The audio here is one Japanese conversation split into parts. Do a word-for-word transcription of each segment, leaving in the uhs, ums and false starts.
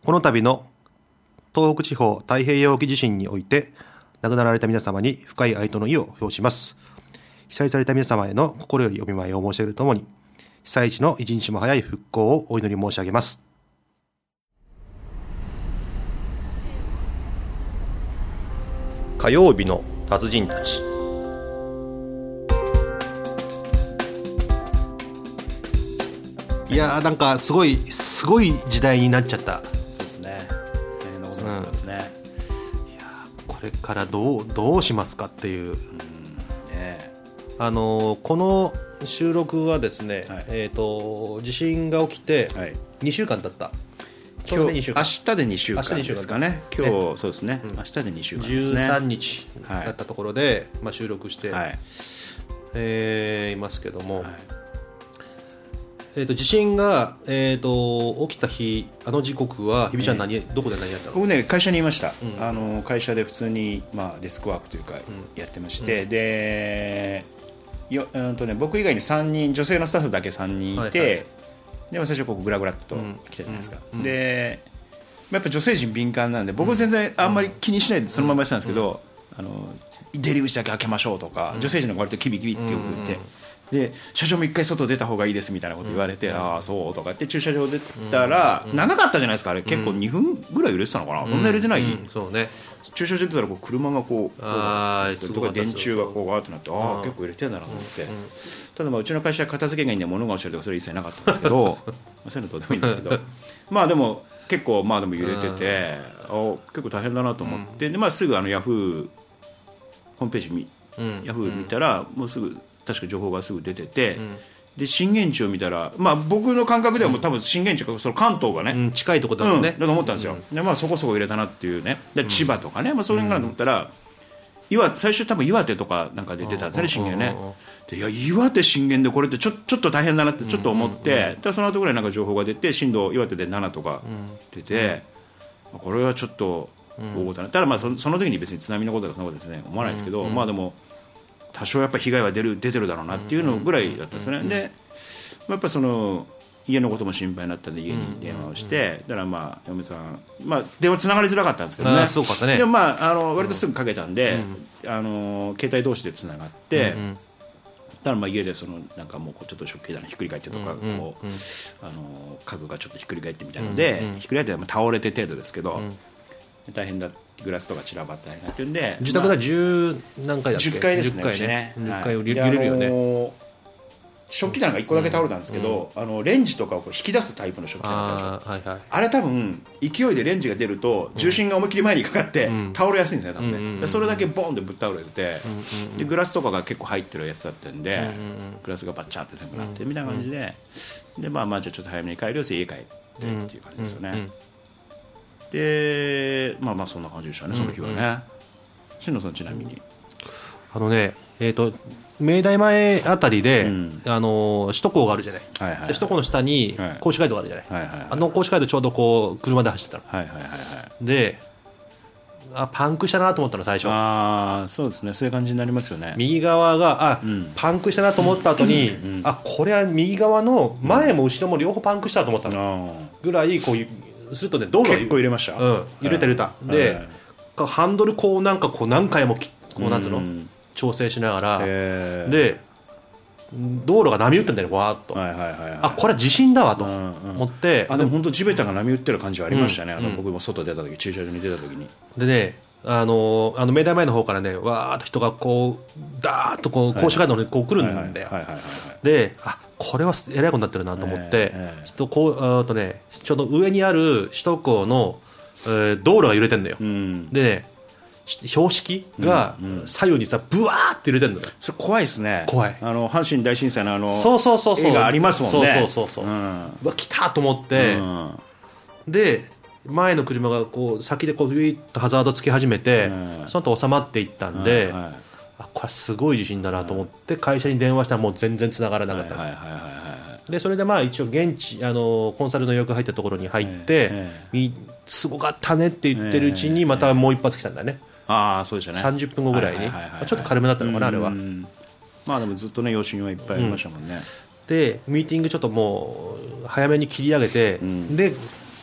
この度の東北地方太平洋沖地震において亡くなられた皆様に深い哀悼の意を表します。被災された皆様への心よりお見舞いを申し上げるとともに、被災地の一日も早い復興をお祈り申し上げます。火曜日の達人たち。いやー、なんかすごいすごい時代になっちゃった。 そうですね、大変なことになってますね、うん、いやこれからどうどうしますかっていう、うんね、 あのー、この収録はですね、はい、えーと地震が起きてにしゅうかん経った、はい、 ちょうどにしゅうかん、明日でにしゅうかんですかね。今日、ね、そうですね、うん、明日でにしゅうかんですね。 じゅうさんにちだったところで、はいまあ、収録して、はいえー、いますけども、はいえー、と地震が、えー、と起きた日、あの時刻は日比ちゃん何、えー、どこで何やったの？ 僕ね、会社にいました、うん、あの会社で普通に、まあ、デスクワークというかやってまして、うん、でよ、うんとね、僕以外にさんにん、女性のスタッフだけさんにんいて、はいはい、でも最初ここグラグラっと来たじゃないですか、うんうん、でやっぱ女性陣敏感なんで、僕全然あんまり気にしないでそのままやってたんですけど、うんうん、あの出入り口だけ開けましょうとか、うん、女性陣が割とキビキビってよく言って、うんうんで社長も一回外出た方がいいですみたいなこと言われて、うん、ああそうとかって駐車場出たら、うん、長かったじゃないですかあれ、結構にふんぐらい揺れてたのかな、うん、そんな揺れてない、 うん、そうね、 駐車場出たらこう車がこうあとか電柱がこうガーッとなって、ああ結構揺れてんだなと思って、うん、ただまあうちの会社は片付けがいいんで物が落ちたりとかそれ一切なかったんですけどそういうのどうでもいいんですけどまあでも結構まあでも揺れてて、あ結構大変だなと思って、うん、でまあすぐあのヤフーホームページ見、うん、ヤフー見たらもうすぐ確か情報がすぐ出てて、うん、で震源地を見たら、まあ、僕の感覚ではもう多分震源地がその関東がね、 うん、近いところだもんね、 うん、だと思ったんですよ、うんでまあ、そこそこ入れたなっていうね、で千葉とかね、まあ、それぐらいと思ったら、岩最初多分岩手とかなんかで出たんですね、震源ね。でいや岩手震源でこれってちょ、ちょっと大変だなってちょっと思って、うんうんうん、でその後ぐらいなんか情報が出て震度岩手でななとか出て、うん、これはちょっと大ごとな、ただまあ そ, その時に別に津波のこととかそんなことですね思わないですけど、うんうん、まあでも多少やっぱ被害は出る出てるだろうなっていうのぐらいだったんですよね。でやっぱその家のことも心配になったんで家に電話をして、だからまあ嫁さん、まあ、電話つながりづらかったんですけどね、 そうかったね。 でもまああの割とすぐかけたんで、うん、あの携帯同士でつながって、うんうん、だからまあ家でそのなんかもうちょっと食器棚ひっくり返ってとか、うんうんうん、こうあの家具がちょっとひっくり返ってみたいなので、うんうん、ひっくり返って倒れて程度ですけど、うん、大変だグラスとか散らばったりなってるんで、 自宅がじゅう何階だっけ？ じゅっかいですね。 じゅっかいね。じゅっかい揺れるよね。 あのー、食器棚がいっこだけ倒れたんですけど、うん、あのレンジとかをこう引き出すタイプの食器棚だったんですよ。あ、はいはい、あれ多分勢いでレンジが出ると重心が思いっきり前にかかって倒れやすいんですね、多分ね、うんうんうん、それだけボンでぶっ倒れてて、うんうん、でグラスとかが結構入ってるやつだったんで、うんうんうん、グラスがバッチャーって全部なってみたいな感じで、でまあまあじゃあちょっと早めに帰るよって家帰ってっていう感じですよね。うんうんうんでまあまあそんな感じでしたね、その日はね。新野さんちなみにあのね、えーと明大前あたりで、うん、あの首都高があるじゃない、はいはいはい、首都高の下に甲子街道があるじゃない、はいはいはい、あの甲子街道ちょうどこう車で走ってたの、はいはいはいはい、であパンクしたなと思ったの最初。 あそうですね、そういう感じになりますよね。 右側があ、うん、パンクしたなと思った後に、うん、あこれは右側の前も後ろも両方パンクしたと思ったの、うん、ぐらいこうするとね、道路結構揺れました、 うん、揺れた揺れた、はい、で、はい、ハンドルこうなんかこう何回もこうなんつうの、うん、調整しながらで道路が波打ってんだよね、わーっと、はいはいはいはい、あこれは地震だわと思って、うんうん、 あでも本当地べたが波打ってる感じはありましたね、うん、あの僕も外出た時、駐車場に出た時にでね、あのあの明大前の方からねわーっと人がこうダーッとこう甲子街道にこう来るんだよ。であこれはえらいことになってるなと思って、えーえー、とこうあとねちょうど上にある首都高の、えー、道路が揺れてんだよ、うん、でね標識が左右にさブワーって揺れてんだよ。 それ怖いですね。 怖い。 あの阪神大震災のあのそうそうそうそう映画ありますもんね。 そうそうそうそう、うん、うわ来たと思って、うん、で前の車がこう先でこうビーッとハザードつけ始めて、うん、その後収まっていったんで、はいはい、あこれすごい地震だなと思って会社に電話したらもう全然繋がらなかった、はいはいはいはい、でそれでまあ一応現地あのコンサルの予約入ったところに入って、えーえー、すごかったねって言ってるうちにまたもう一発来たんだね、えー、 ああそうでしたね。 さんじゅっぷんごぐらいに、はいはいはいはい、ちょっと軽めだったのかなあれは。 まあでもずっとね余震はいっぱいありましたもんね、 うん、でミーティングちょっともう早めに切り上げて、うん、で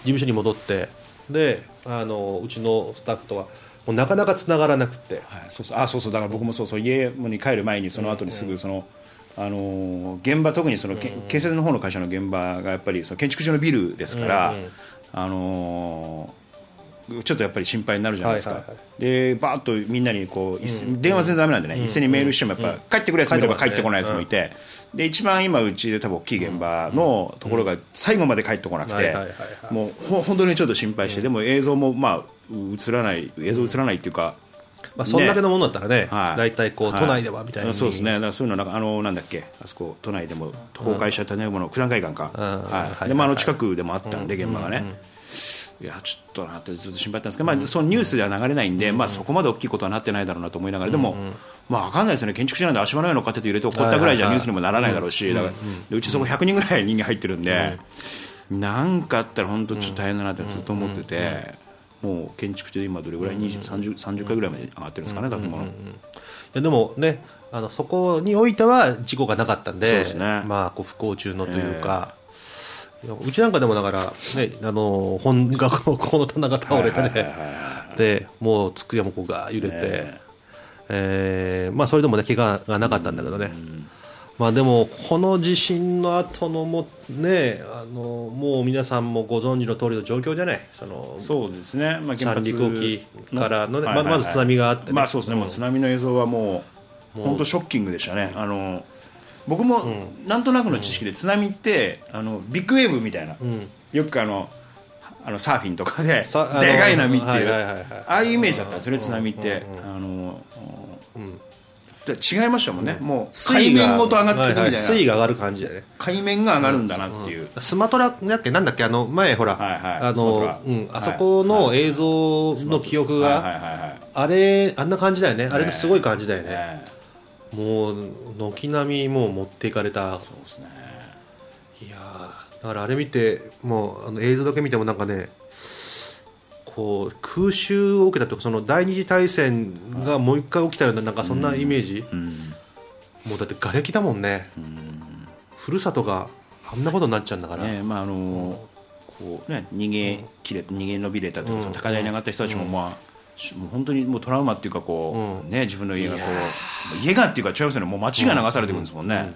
務所に戻ってであのうちのスタッフとはもうなかなかつながらなくて、 はい、そうそうあそうそうだから僕もそうそう家に帰る前にその後にすぐその、あの現場特にそのけ建設の方の会社の現場がやっぱりその建築所のビルですから、あのちょっとやっぱり心配になるじゃないですか、はいはいはい、でバーッとみんなにこう、うん、電話全然ダメなんでね、うん、一斉にメールしてもやっぱ、うん、帰ってくるやつもいれば帰ってこないやつもいて、うん、で一番今うちで多分大きい現場のところが最後まで帰ってこなくて、もうほ本当にちょっと心配して、うん、でも映像もまあ映らない映像映らないっていうか、 まあ、そんだけのものだったらね、はい、大体こう都内ではみたいな、はい、 そうですね、だからそういうのなんかあのなんだっけあそこ都内でも崩壊しちゃった建物、九段会館か、はい、でもあの近くでもあったんで、現場がね、うんうんうん、いやちょっとなってずっと心配だったんですけど、まあ、そのニュースでは流れないんで、まあ、そこまで大きいことはなってないだろうなと思いながら、でも、まあ、分かんないですよね、建築士なんで足場の上に乗っかってて揺れて起こったぐらいじゃニュースにもならないだろうし、だからでうちそこひゃくにんぐらい人間入ってるんで、なんかあったら本当ちょっと大変だなってずっと思ってて、もう建築中で今どれぐらいにじゅう、さんじゅう、さんじゅっかいぐらいまで上がってるんですかね、建物。いやでもね、あのそこにおいては事故がなかったんで、そうですね、まあ、こう不幸中のというか、えー、うちなんかでもだから、ね、あの本学のここの棚が倒れてね、でもう机もこうが揺れて、えーえーまあ、それでもね怪我がなかったんだけどね、まあ、でもこの地震の後のもね、あのもう皆さんもご存知の通りの状況じゃない、そのそうですね、まあ、原発三陸沖からの、ね、ま, まず津波があって、ね、 まあそうですね、もう津波の映像はもう本当ショッキングでしたね。あの僕もなんとなくの知識で津波ってあのビッグウェーブみたいな、うん、よくあのあのサーフィンとかででかい波っていうああいうイメージだったんですよね、津波って。あの、うん、違いましたもんね、うん、もう海面ごと上がっていくみたいな、はいはい、 水位が上がる感じだね、 海面が上がるんだなっていう、うんうん、スマトラだっけなんだっけ、あの前ほら、はいはい、あの、うん、あそこの映像の記憶があれあんな感じだよね、あれすごい感じだよね、ね、もう軒並みもう持っていかれた。 そうですね、 いやだからあれ見てもうあの映像だけ見てもなんかね、こう空襲を受けたとか、その第二次大戦がもう一回起きたような、なんかそんなイメージ、うんうん、もうだって瓦礫だもんね、うん、ふるさとがあんなことになっちゃうんだから、 ね、まああのーこうね、逃げ切れ、逃げ延びれたとか、うん、その高台に上がった人たちも、まあうん、もう本当にもうトラウマっていうかこう、うんね、自分の家がこう家がっていうか違いますよね、もう街が流されてくるんですもんね、うんうんうん、い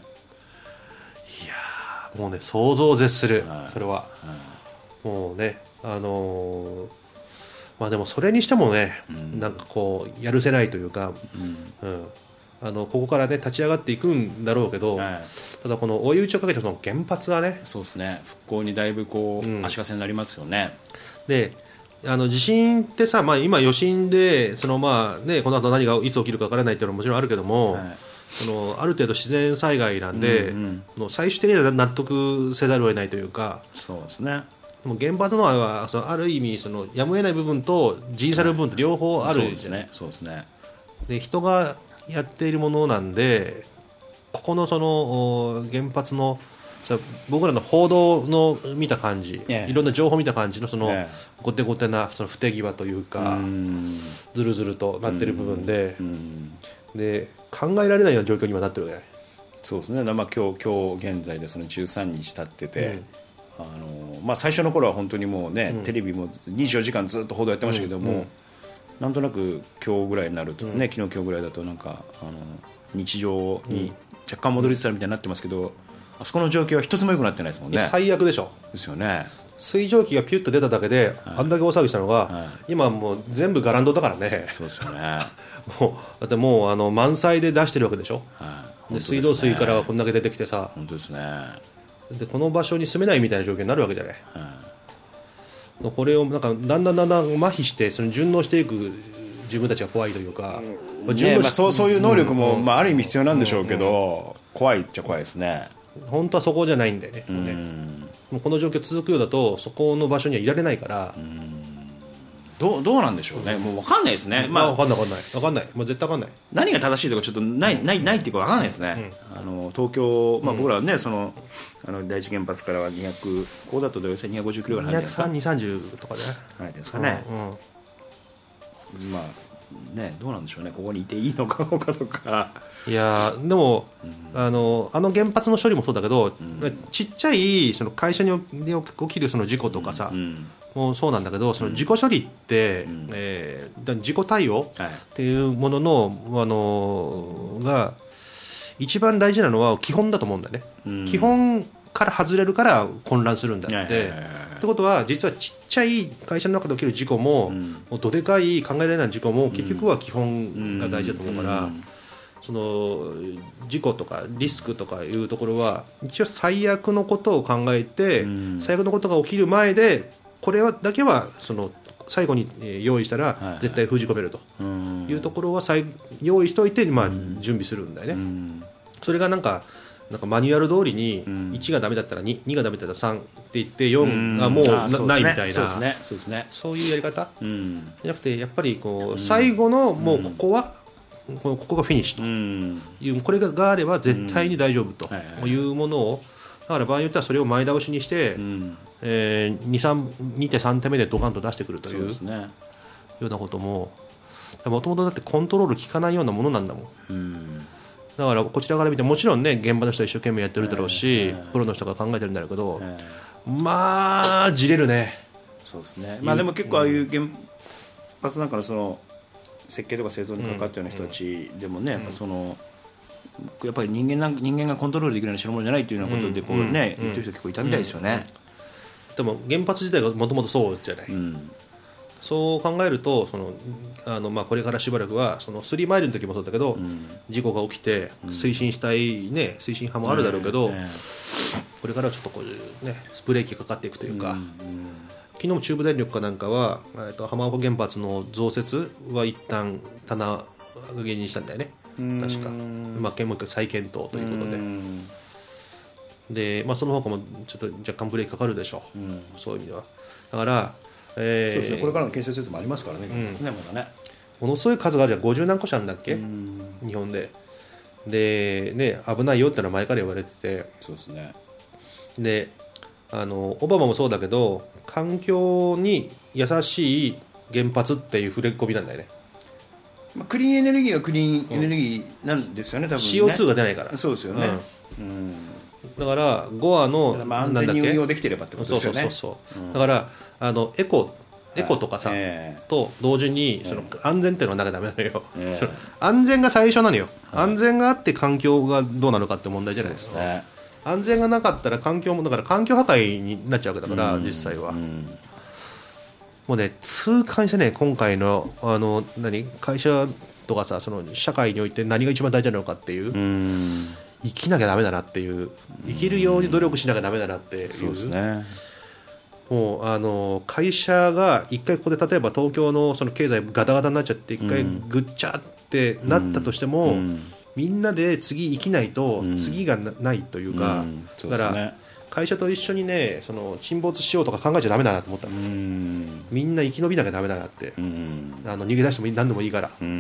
やもうね想像を絶する、はい、それは、はい、もうねあのーまあ、でもそれにしてもね、うん、なんかこうやるせないというか、うんうん、あのここからね立ち上がっていくんだろうけど、はい、ただこの追い打ちをかけてその原発はね、 そうですね、復興にだいぶこう、うん、足かせになりますよね。 であの地震ってさ、まあ、今余震でその、まあね、この後何がいつ起きるか分からないっていうのはもちろんあるけども、はい、そのある程度自然災害なんで、うんうん、最終的には納得せざるを得ないというか、 そうですね、 もう原発のはそのある意味そのやむを得ない部分と人為される部分と両方ある、 そうですね、そうですね。 で人がやっているものなんで、ここのその原発の僕らの報道の見た感じ、いろんな情報見た感じのそのごてごてなその不手際というか、ずるずるとなってる部分で、で考えられないような状況にはなってるわけ。 そうですね、まあ、今日、今日現在でそのじゅうさんにち経ってて、うんあのまあ、最初の頃は本当にもうね、うん、テレビもにじゅうよじかんずっと報道やってましたけども、うんうん、なんとなく今日ぐらいになるとね、うん、昨日今日ぐらいだとなんかあの日常に若干戻りつつあるみたいになってますけど、あそこの状況は一つも良くなってないですもんね。 最悪でしょ。 ですよね。 水蒸気がピュッと出ただけで、はい、あんだけ大騒ぎしたのが、はい、今もう全部ガランドだからね。 そうですよねもうだってもうあの満載で出してるわけでしょ、はい、で水道水からはこんだけ出てきてさ、 本当ですね。 でこの場所に住めないみたいな状況になるわけじゃない、うん、これをなんかだんだんだんだん麻痺してその順応していく自分たちが怖いというか、 うんねまあ、そう、そういう能力も、うんまあ、ある意味必要なんでしょうけど、うんうん、怖いっちゃ怖いですね。 本当はそこじゃないんだよね、うんねもうこの状況続くようだとそこの場所にはいられないから、うんどう、どうなんでしょうね、もう分かんないですね、 まあ、分かんない分かんない分かんないもう絶対分かんない何が正しいとかちょっとない、ない、ないっていうか分かんないですね、うん、あの東京、まあ、僕らはね、うん、そのあの第一原発からはにひゃくこうだとどうせにひゃくごじゅっキロぐらい離れてるんですか、 にひゃくさんじゅうとかで離れてるんですかね、うんうん、まあね、どうなんでしょうね、ここにいていいのかどうかとか。 いやでも、うん、あのあの原発の処理もそうだけど、うん、ちっちゃいその会社に起きるその事故とかさ、うん、もうそうなんだけど、その事故処理って、うんえー、事故対応っていうものの、あのが一番大事なのは基本だと思うんだよね、うん、基本から外れるから混乱するんだって。ってことは実はちっちゃい会社の中で起きる事故も、うん、もうどでかい考えられない事故も結局は基本が大事だと思うから、うん、その事故とかリスクとかいうところは一応最悪のことを考えて、うん、最悪のことが起きる前でこれはだけはその最後に用意したら絶対封じ込めるというところは用意しておいて、まあ、準備するんだよね、うん、それがなんかなんかマニュアル通りにいちがダメだったら 2, 2がダメだったらさんって言ってよんがもう な,、うん、ないみたいな、そうですね、そうですね、そういうやり方、うん、じゃなくてやっぱりこう最後のもうここは、うん、ここがフィニッシュという、これがあれば絶対に大丈夫というものを、だから場合によってはそれを前倒しにして、うんえー、にてんさんてんめでドカンと出してくるという、 そうですね、ようなことももともとだってコントロール効かないようなものなんだもん、うんだからこちらから見てもちろんね現場の人は一生懸命やってるだろうし、えー、プロの人が考えてるんだろうけど、えー、まあじれるね。そうですね、 まあ、でも結構ああいう原発なんかのその設計とか製造に関わったような人たちでもね、うん、やっぱそのやっぱり人間な人間がコントロールできるような代物じゃないというようなことでこう、ねうん、言ってる人結構いたみたいですよね、 うんうんうん、でも原発自体がもともとそうじゃない、うんそう考えるとそのあの、まあ、これからしばらくはそのスリーマイルの時もそうだけど、うん、事故が起きて推進したい、ね、推進派もあるだろうけど、うん、これからはちょっとこう、ね、ブレーキかかっていくというか、うん、昨日も中部電力かなんかは、えっと、浜岡原発の増設は一旦棚上げにしたんだよね確か、まあ、もう一回再検討ということで、で、まあ、その他もちょっと若干ブレーキかかるでしょう、そういう意味ではだからえー、 そうですね、これからの建設もありますからね、うん、まだねものすごい数がじゃごじゅう何個社あるんだっけ、日本でで、ね、危ないよってのは前から言われてて、 そうですね、 であのオバマもそうだけど環境に優しい原発っていう触れ込みなんだよね、 まあ、クリーンエネルギーはクリーンエネルギーなんですよね、うん、多分ねシーオーツー が出ないからそうですよね、うんうん、 だからゴアの安全に運用できてればってことですよね。 そうそうそうそう、うん、だからあのエコエコとかさ、えー、と同時にその安全っていうのはなきゃダメなのよ、えー、その安全が最初なのよ、はい、安全があって環境がどうなのかって問題じゃないですか、ね、安全がなかったら環境もだから環境破壊になっちゃうわけだから、うん、実際は、うん、もうね痛感してね今回のあの何会社とかさその社会において何が一番大事なのかっていう、うん生きなきゃダメだなっていう生きるように努力しなきゃダメだなっていう、そうですね、もうあの会社が一回ここで例えば東京のその経済ガタガタになっちゃって一回ぐっちゃってなったとしても、うん、みんなで次生きないと次が な,、ないというか、うん、だから会社と一緒にねその沈没しようとか考えちゃダメだなと思った、うん、みんな生き延びなきゃダメだなって、うん、あの逃げ出しても何でもいいから、うん、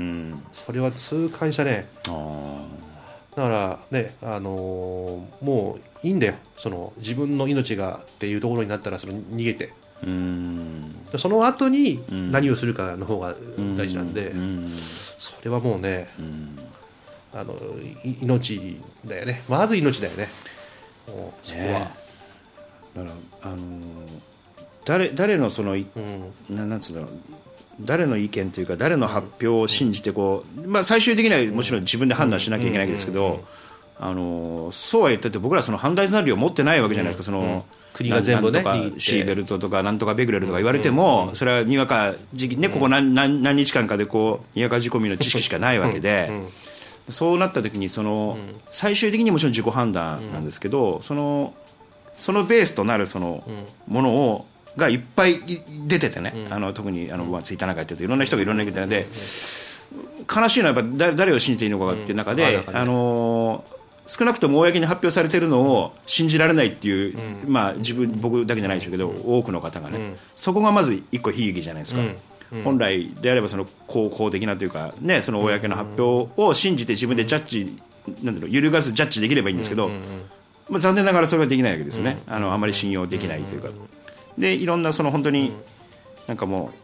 それは痛感したね。あだからね、あのー、もういいんだよその自分の命がっていうところになったらその逃げてうーんその後に何をするかの方が大事なんで、うんそれはもうね、うんあの命だよねまず命だよねもうそこは、ね、 だからあのー、誰, 誰のその、うん、な, なんつうの誰の意見というか誰の発表を信じてこう、まあ、最終的にはもちろん自分で判断しなきゃいけないんですけど、あのそうは言ったって僕らその判断材料を持ってないわけじゃないですか、その、うん、 国が全部ねなんとかシーベルトとかなんとかベグレルとか言われても、それはにわか時期ねここ 何, 何, 何日間かでこうにわか仕込みの知識しかないわけで、そうなった時にその最終的にもちろん自己判断なんですけど、そのそのベースとなるそのものをがいっぱい出ててね、うん、あの特にあの、まあ、ツイッターなんかやってるといろんな人がいろんな意見で、うん、悲しいのはやっぱ誰を信じていいのかっていう中で、うん、あの少なくとも公に発表されているのを信じられないっていう、うんまあ、自分僕だけじゃないでしょうけど、うん、多くの方がね、うん、そこがまず一個悲劇じゃないですか、うんうん、本来であればその公公的なというか、ね、その公の発表を信じて自分でジャッジ、なんだろう揺るがずジャッジできればいいんですけど、うんうんうんまあ、残念ながらそれはできないわけですよね、うん、あのあまり信用できないというかでいろんなその本当になんかも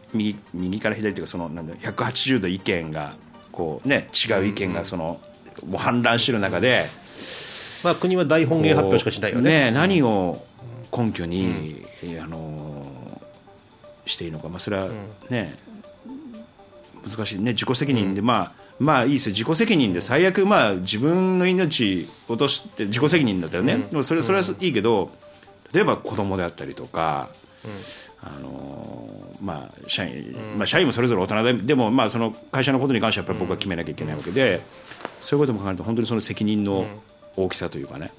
右, 右から左というかそのなんだひゃくはちじゅうど意見がこう、ね、違う意見がその、うんうん、もう氾濫してる中で、 まあ、国は大本営発表しかしないよね, ね何を根拠に、うん、あのしていいのか、まあ、それは、ねうん、難しいね自己責任で、うん、まあまあいいですよ自己責任で最悪まあ自分の命落として自己責任だったよね、うん、でもそれそれはいいけど例えば子供であったりとか、うんあのまあ、社員、まあ、社員もそれぞれ大人ででもまあその会社のことに関してはやっぱり僕が決めなきゃいけないわけで、うん、そういうことも考えると本当にその責任の大きさというかね、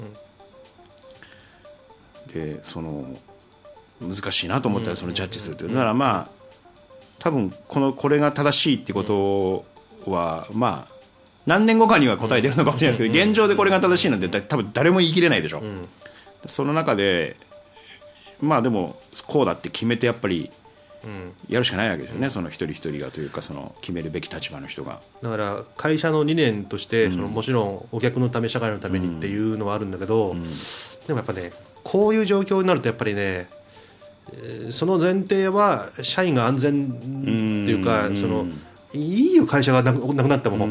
うん、でその難しいなと思ったらそのジャッジするというだからまあ多分このこれが正しいってことはまあ何年後かには答え出るのかもしれないですけど現状でこれが正しいなんて多分誰も言い切れないでしょ、うん、その中でまあでもこうだって決めてやっぱりやるしかないわけですよね、うん、その一人一人がというかその決めるべき立場の人がだから会社の理念としてそのもちろんお客のため社会のためにっていうのはあるんだけど、うんうん、でもやっぱねこういう状況になるとやっぱりねその前提は社員が安全っていうか、うん、そのいいよ会社がなくなっても、うん、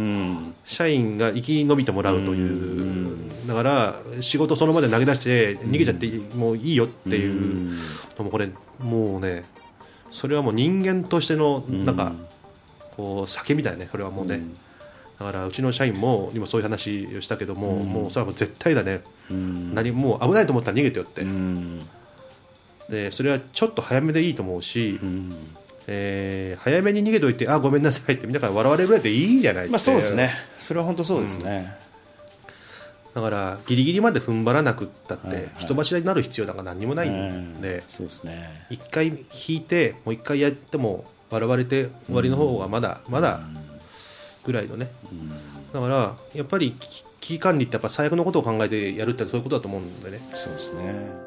社員が生き延びてもらうという、うん、だから仕事その場で投げ出して逃げちゃってもういいよっていうのもこれもうねそれはもう人間としてのなんかこう叫びだよねそれはもうね、うん、だからうちの社員も今そういう話をしたけども、うん、もうそれはもう絶対だね、うん、何もう危ないと思ったら逃げてよって、うん、でそれはちょっと早めでいいと思うし、うんえー、早めに逃げといてあごめんなさいってみんなから笑われるぐらいでいいじゃないって、 まあ、そうですねそれは本当そうですね、 うん、だからギリギリまで踏ん張らなくったって、はいはい、人柱になる必要なんか何にもないんで、 うん、そうですね一回引いてもう一回やっても笑われて終わりの方がまだ、うん、まだぐらいのね、うん、だからやっぱり危機管理ってやっぱ最悪のことを考えてやるってそういうことだと思うんでねそうですね